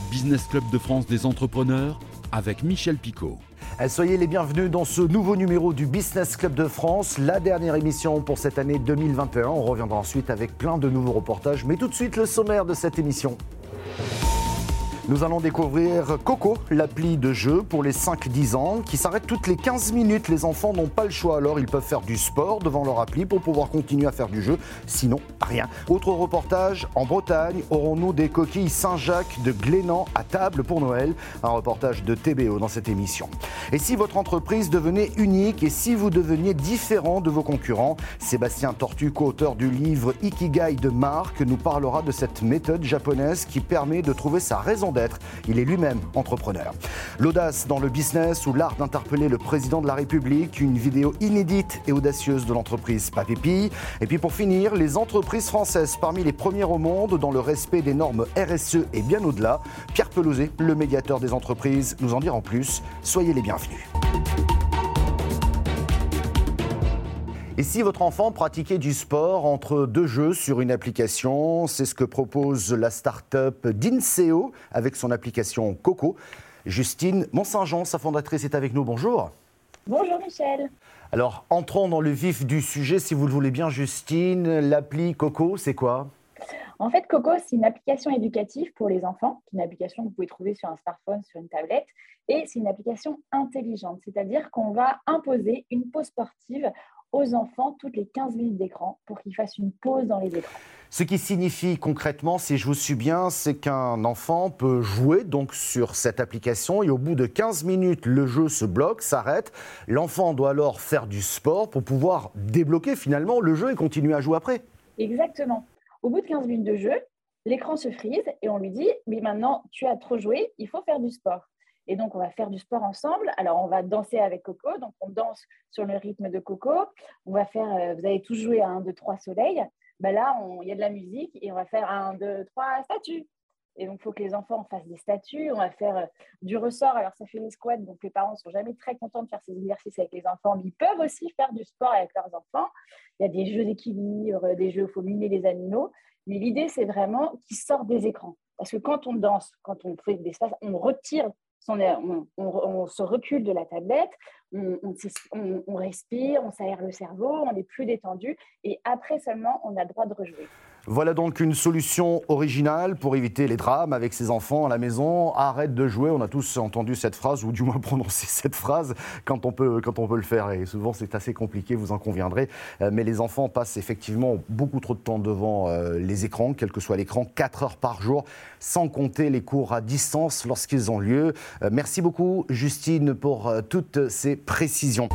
Business Club de France des entrepreneurs avec Michel Picot. Soyez les bienvenus dans ce nouveau numéro du Business Club de France, la dernière émission pour cette année 2021. On reviendra ensuite avec plein de nouveaux reportages, mais tout de suite le sommaire de cette émission. Nous allons découvrir Coco, l'appli de jeu pour les 5-10 ans qui s'arrête toutes les 15 minutes. Les enfants n'ont pas le choix, alors ils peuvent faire du sport devant leur appli pour pouvoir continuer à faire du jeu, sinon rien. Autre reportage, en Bretagne, aurons-nous des coquilles Saint-Jacques de Glénan à table pour Noël? Un reportage de TBO dans cette émission. Et si votre entreprise devenait unique et si vous deveniez différent de vos concurrents? Sébastien Tortu, co-auteur du livre Ikigai de marque, nous parlera de cette méthode japonaise qui permet de trouver sa raison d'être. Il est lui-même entrepreneur. L'audace dans le business ou l'art d'interpeller le président de la République, une vidéo inédite et audacieuse de l'entreprise Papépi. Et puis pour finir, les entreprises françaises parmi les premières au monde dans le respect des normes RSE et bien au-delà. Pierre Pelouzet, le médiateur des entreprises, nous en dira en plus. Soyez les bienvenus. Et si votre enfant pratiquait du sport entre deux jeux sur une application, c'est ce que propose la start-up d'Inseo avec son application Coco. Justine Mont-Saint-Jean, sa fondatrice, est avec nous. Bonjour. Bonjour Michel. Alors, entrons dans le vif du sujet, si vous le voulez bien, Justine. L'appli Coco, c'est quoi ? En fait, Coco, c'est une application éducative pour les enfants. C'est une application que vous pouvez trouver sur un smartphone, sur une tablette. Et c'est une application intelligente, c'est-à-dire qu'on va imposer une pause sportive aux enfants toutes les 15 minutes d'écran pour qu'ils fassent une pause dans les écrans. Ce qui signifie concrètement, si je vous suis bien, c'est qu'un enfant peut jouer donc sur cette application et au bout de 15 minutes, le jeu se bloque, s'arrête. L'enfant doit alors faire du sport pour pouvoir débloquer finalement le jeu et continuer à jouer après. Exactement. Au bout de 15 minutes de jeu, l'écran se frise et on lui dit « Mais maintenant, tu as trop joué, il faut faire du sport ». Et donc, on va faire du sport ensemble. Alors, on va danser avec Coco. Donc, on danse sur le rythme de Coco. On va faire, vous avez tous joué à 1, 2, 3 soleil. Ben là, il y a de la musique et on va faire 1, 2, 3 statues. Et donc, il faut que les enfants fassent des statues. On va faire du ressort. Alors, ça fait les squats. Donc, les parents ne sont jamais très contents de faire ces exercices avec les enfants. Mais ils peuvent aussi faire du sport avec leurs enfants. Il y a des jeux d'équilibre, des jeux où il faut mimer les animaux. Mais l'idée, c'est vraiment qu'ils sortent des écrans. Parce que quand on danse, quand on fait des stages, on retire on se recule de la tablette, on respire, on s'aère le cerveau, on est plus détendu et après seulement on a le droit de rejouer. Voilà donc une solution originale pour éviter les drames avec ses enfants à la maison. Arrête de jouer, on a tous entendu cette phrase ou du moins prononcé cette phrase quand on peut le faire et souvent c'est assez compliqué, vous en conviendrez. Mais les enfants passent effectivement beaucoup trop de temps devant les écrans, quel que soit l'écran, 4 heures par jour, sans compter les cours à distance lorsqu'ils ont lieu. Merci beaucoup Justine pour toutes ces précisions.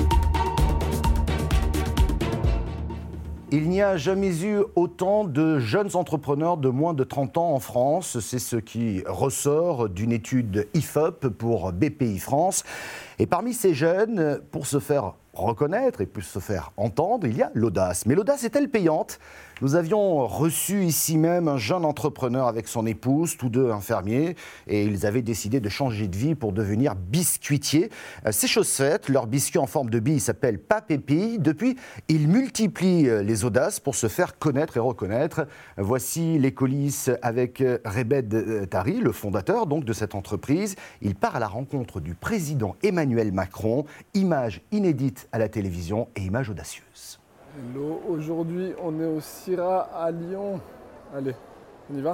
Il n'y a jamais eu autant de jeunes entrepreneurs de moins de 30 ans en France. C'est ce qui ressort d'une étude IFOP pour BPI France. Et parmi ces jeunes, pour se faire reconnaître et pour se faire entendre, il y a l'audace. Mais l'audace est-elle payante ? Nous avions reçu ici même un jeune entrepreneur avec son épouse, tous deux infirmiers, et ils avaient décidé de changer de vie pour devenir biscuitiers. C'est chose faite, leur biscuit en forme de bille s'appelle Papépi. Depuis, ils multiplient les audaces pour se faire connaître et reconnaître. Voici les coulisses avec Rebed Tari, le fondateur donc de cette entreprise. Il part à la rencontre du président Emmanuel Macron, images inédites à la télévision et images audacieuses. Hello, aujourd'hui on est au CIRA à Lyon. Allez, on y va ?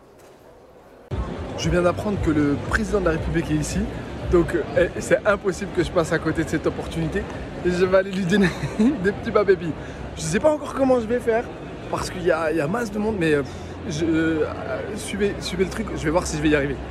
Je viens d'apprendre que le président de la République est ici, donc c'est impossible que je passe à côté de cette opportunité. Et je vais aller lui donner des petits papépis. Je ne sais pas encore comment je vais faire, parce qu'il y a masse de monde, mais suivez le truc, je vais voir si je vais y arriver.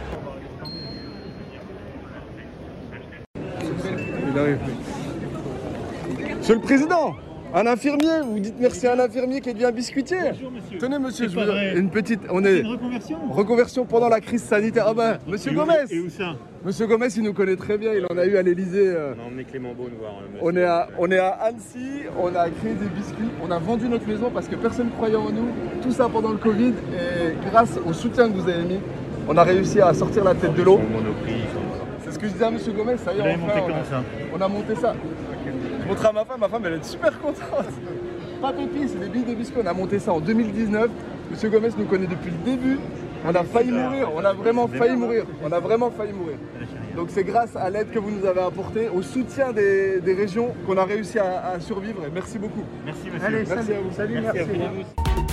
Il arrive. Monsieur le Président, un infirmier, vous dites merci à un infirmier qui devient biscuitier. Bonjour monsieur. Tenez monsieur, C'est pas vrai. une petite... C'est une reconversion. Reconversion pendant la crise sanitaire. Ah ben, monsieur Gomez. Et où ça? Monsieur Gomez, il nous connaît très bien, il en a eu à l'Elysée. On a emmené Clément Beaune voir. On est à Annecy, on a créé des biscuits, on a vendu notre maison parce que personne ne croyait en nous. Tout ça pendant le Covid et grâce au soutien que vous avez mis, on a réussi à sortir la tête de l'eau. C'est ce que je disais à monsieur Gomez, ça y est, on a monté ça. Je montre à ma femme elle est super contente. Pas pépi, c'est des billes de biscuits, on a monté ça en 2019. Monsieur Gomez nous connaît depuis le début. On a failli mourir, on a vraiment failli mourir. On a vraiment failli mourir. Donc c'est grâce à l'aide que vous nous avez apportée, au soutien des régions, qu'on a réussi à survivre. Et merci beaucoup. Merci monsieur. Allez, merci à vous. Salut, merci. À vous.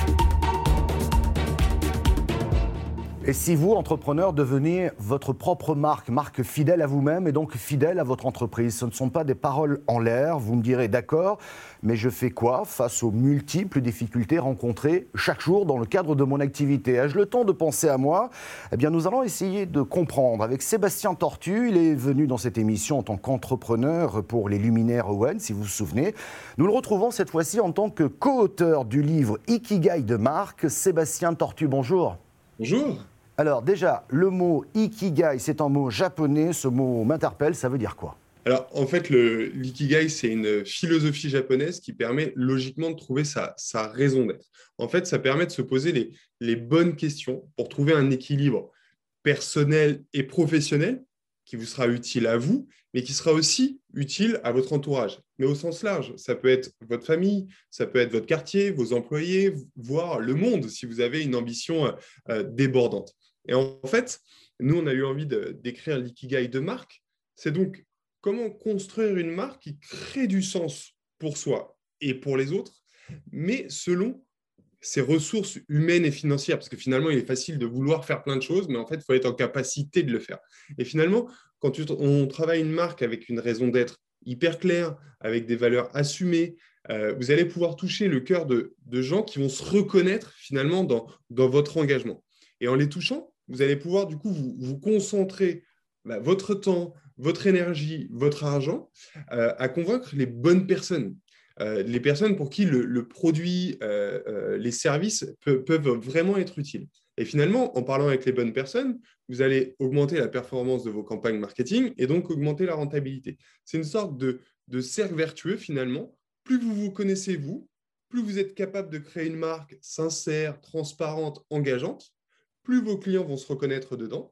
Et si vous, entrepreneur, devenez votre propre marque fidèle à vous-même et donc fidèle à votre entreprise, ce ne sont pas des paroles en l'air, vous me direz d'accord, mais je fais quoi face aux multiples difficultés rencontrées chaque jour dans le cadre de mon activité? Ai-je le temps de penser à moi? Eh bien, nous allons essayer de comprendre. Avec Sébastien Tortu, il est venu dans cette émission en tant qu'entrepreneur pour les Luminaires Owen, si vous vous souvenez. Nous le retrouvons cette fois-ci en tant que co-auteur du livre Ikigai de marque. Sébastien Tortu, bonjour. Bonjour. Alors déjà, le mot Ikigai, c'est un mot japonais, ce mot m'interpelle, ça veut dire quoi? Alors, en fait, l'ikigai, c'est une philosophie japonaise qui permet logiquement de trouver sa raison d'être. En fait, ça permet de se poser les bonnes questions pour trouver un équilibre personnel et professionnel qui vous sera utile à vous, mais qui sera aussi utile à votre entourage. Mais au sens large, ça peut être votre famille, ça peut être votre quartier, vos employés, voire le monde, si vous avez une ambition débordante. Et en fait, nous, on a eu envie d'écrire l'ikigai de marque. C'est donc comment construire une marque qui crée du sens pour soi et pour les autres, mais selon ses ressources humaines et financières. Parce que finalement, il est facile de vouloir faire plein de choses, mais en fait, il faut être en capacité de le faire. Et finalement, quand on travaille une marque avec une raison d'être hyper claire, avec des valeurs assumées, vous allez pouvoir toucher le cœur de gens qui vont se reconnaître finalement dans votre engagement. Et en les touchant, vous allez pouvoir du coup vous concentrer votre temps, votre énergie, votre argent à convaincre les bonnes personnes. Les personnes pour qui le produit, les services peuvent vraiment être utiles. Et finalement, en parlant avec les bonnes personnes, vous allez augmenter la performance de vos campagnes marketing et donc augmenter la rentabilité. C'est une sorte de cercle vertueux finalement. Plus vous vous connaissez vous, plus vous êtes capable de créer une marque sincère, transparente, engageante, plus vos clients vont se reconnaître dedans,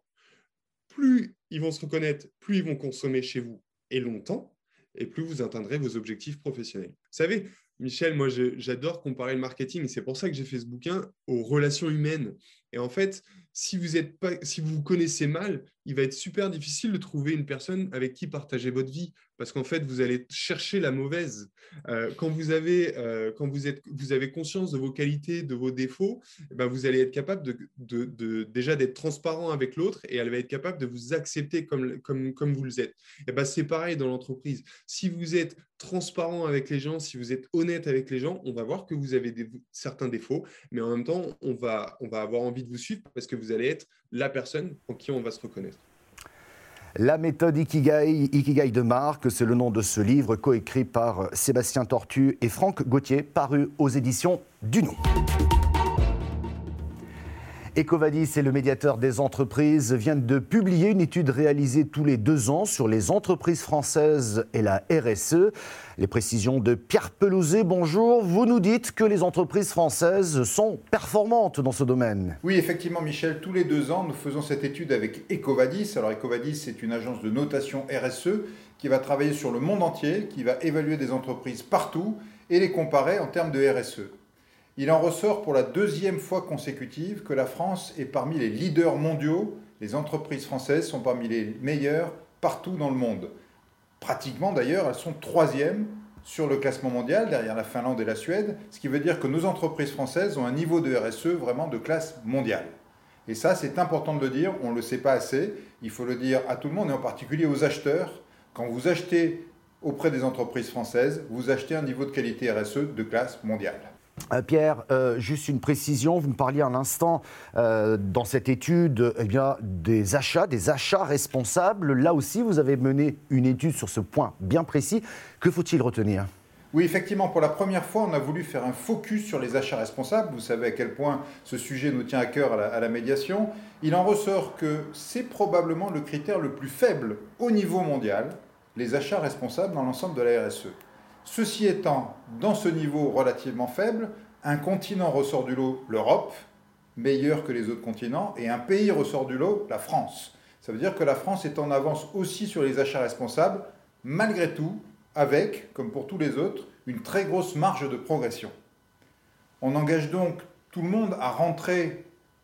plus ils vont se reconnaître, plus ils vont consommer chez vous et longtemps, et plus vous atteindrez vos objectifs professionnels. Vous savez, Michel, moi, j'adore comparer le marketing, et c'est pour ça que j'ai fait ce bouquin aux relations humaines. Et en fait, si vous vous connaissez mal, il va être super difficile de trouver une personne avec qui partager votre vie, parce qu'en fait, vous allez chercher la mauvaise. Quand vous avez conscience de vos qualités, de vos défauts, eh ben, vous allez être capable déjà d'être transparent avec l'autre, et elle va être capable de vous accepter comme vous le êtes. Et ben, c'est pareil dans l'entreprise. Si vous êtes transparent avec les gens, si vous êtes honnête avec les gens, on va voir que vous avez certains défauts, mais en même temps, on va avoir envie de vous suivre parce que vous allez être la personne en qui on va se reconnaître. La méthode Ikigai de marque, c'est le nom de ce livre coécrit par Sébastien Tortu et Franck Gauthier, paru aux éditions Duno. EcoVadis et le médiateur des entreprises viennent de publier une étude réalisée tous les 2 ans sur les entreprises françaises et la RSE. Les précisions de Pierre Pelouzet, bonjour. Vous nous dites que les entreprises françaises sont performantes dans ce domaine. Oui, effectivement, Michel, tous les 2 ans, nous faisons cette étude avec EcoVadis. Alors EcoVadis, c'est une agence de notation RSE qui va travailler sur le monde entier, qui va évaluer des entreprises partout et les comparer en termes de RSE. Il en ressort pour la 2e fois consécutive que la France est parmi les leaders mondiaux. Les entreprises françaises sont parmi les meilleures partout dans le monde. Pratiquement d'ailleurs, elles sont 3e sur le classement mondial, derrière la Finlande et la Suède, ce qui veut dire que nos entreprises françaises ont un niveau de RSE vraiment de classe mondiale. Et ça, c'est important de le dire, on ne le sait pas assez, il faut le dire à tout le monde et en particulier aux acheteurs. Quand vous achetez auprès des entreprises françaises, vous achetez un niveau de qualité RSE de classe mondiale. Pierre, juste une précision, vous me parliez un instant dans cette étude des achats responsables. Là aussi, vous avez mené une étude sur ce point bien précis. Que faut-il retenir ? Oui, effectivement, pour la première fois, on a voulu faire un focus sur les achats responsables. Vous savez à quel point ce sujet nous tient à cœur à la médiation. Il en ressort que c'est probablement le critère le plus faible au niveau mondial, les achats responsables dans l'ensemble de la RSE. Ceci étant, dans ce niveau relativement faible, un continent ressort du lot, l'Europe, meilleur que les autres continents, et un pays ressort du lot, la France. Ça veut dire que la France est en avance aussi sur les achats responsables, malgré tout, avec, comme pour tous les autres, une très grosse marge de progression. On engage donc tout le monde à rentrer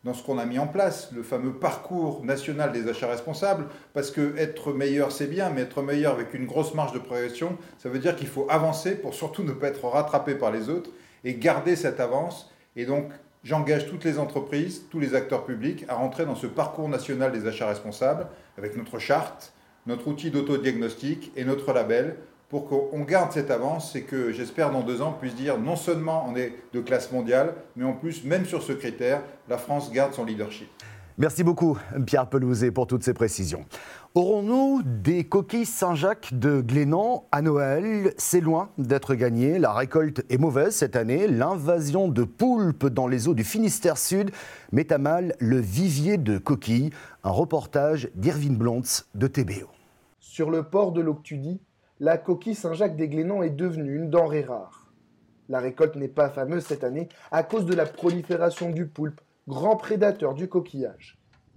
dans ce qu'on a mis en place, le fameux parcours national des achats responsables, parce que être meilleur c'est bien, mais être meilleur avec une grosse marge de progression, ça veut dire qu'il faut avancer pour surtout ne pas être rattrapé par les autres et garder cette avance. Et donc j'engage toutes les entreprises, tous les acteurs publics à rentrer dans ce parcours national des achats responsables avec notre charte, notre outil d'autodiagnostic et notre label pour qu'on garde cette avance et que j'espère dans 2 ans puisse dire non seulement on est de classe mondiale, mais en plus, même sur ce critère, la France garde son leadership. Merci beaucoup Pierre Pelouzet pour toutes ces précisions. Aurons-nous des coquilles Saint-Jacques de Glénan à Noël? C'est loin d'être gagné. La récolte est mauvaise cette année. L'invasion de poulpes dans les eaux du Finistère Sud met à mal le vivier de coquilles. Un reportage d'Irvine Blontz de TBO. Sur le port de l'Octudie, la coquille Saint-Jacques des Glénans est devenue une denrée rare. La récolte n'est pas fameuse cette année à cause de la prolifération du poulpe, grand prédateur du coquillage.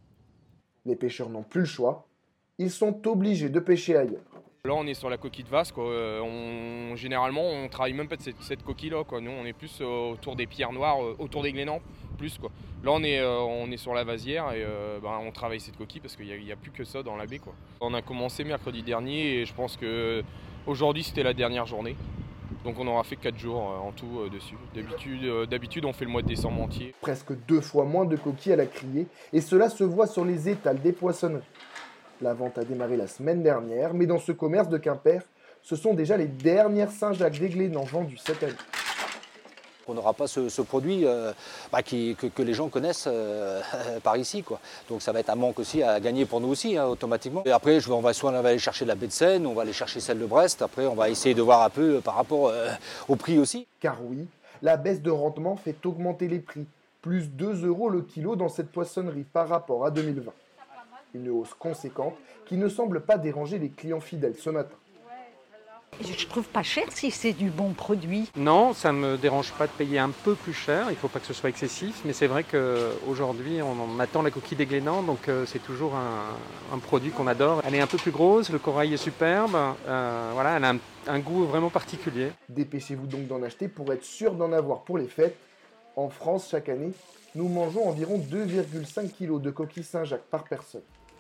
Les pêcheurs n'ont plus le choix, ils sont obligés de pêcher ailleurs. Là on est sur la coquille de vase, quoi. Généralement on travaille même pas de cette coquille-là, quoi. Nous on est plus autour des pierres noires, autour des Glénans, plus quoi. Là on est sur la vasière et on travaille cette coquille parce qu'il n'y a plus que ça dans la baie, quoi. On a commencé mercredi dernier et je pense qu'aujourd'hui c'était la dernière journée. Donc on aura fait 4 jours en tout dessus. D'habitude on fait le mois de décembre entier. Presque 2 fois moins de coquilles à la criée et cela se voit sur les étals des poissonneries. La vente a démarré la semaine dernière, mais dans ce commerce de Quimper, ce sont déjà les dernières Saint-Jacques des Glénans vendues cette année. On n'aura pas ce produit que les gens connaissent par ici, quoi. Donc ça va être un manque aussi à gagner pour nous aussi, automatiquement. Et après, on va aller chercher la baie de Seine, on va aller chercher celle de Brest. Après, on va essayer de voir un peu par rapport au prix aussi. Car oui, la baisse de rendement fait augmenter les prix. Plus 2 € le kilo dans cette poissonnerie par rapport à 2020. Une hausse conséquente qui ne semble pas déranger les clients fidèles ce matin. Je trouve pas cher si c'est du bon produit. Non, ça ne me dérange pas de payer un peu plus cher, il ne faut pas que ce soit excessif, mais c'est vrai qu'aujourd'hui on attend la coquille des Glénans, donc c'est toujours un produit qu'on adore. Elle est un peu plus grosse, le corail est superbe, elle a un goût vraiment particulier. Dépêchez-vous donc d'en acheter pour être sûr d'en avoir pour les fêtes. En France, chaque année, nous mangeons environ 2,5 kg de coquilles Saint-Jacques par personne.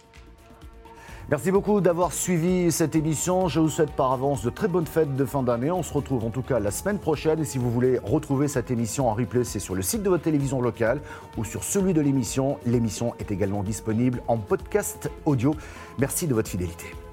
Merci beaucoup d'avoir suivi cette émission. Je vous souhaite par avance de très bonnes fêtes de fin d'année. On se retrouve en tout cas la semaine prochaine. Et si vous voulez retrouver cette émission en replay, c'est sur le site de votre télévision locale ou sur celui de l'émission. L'émission est également disponible en podcast audio. Merci de votre fidélité.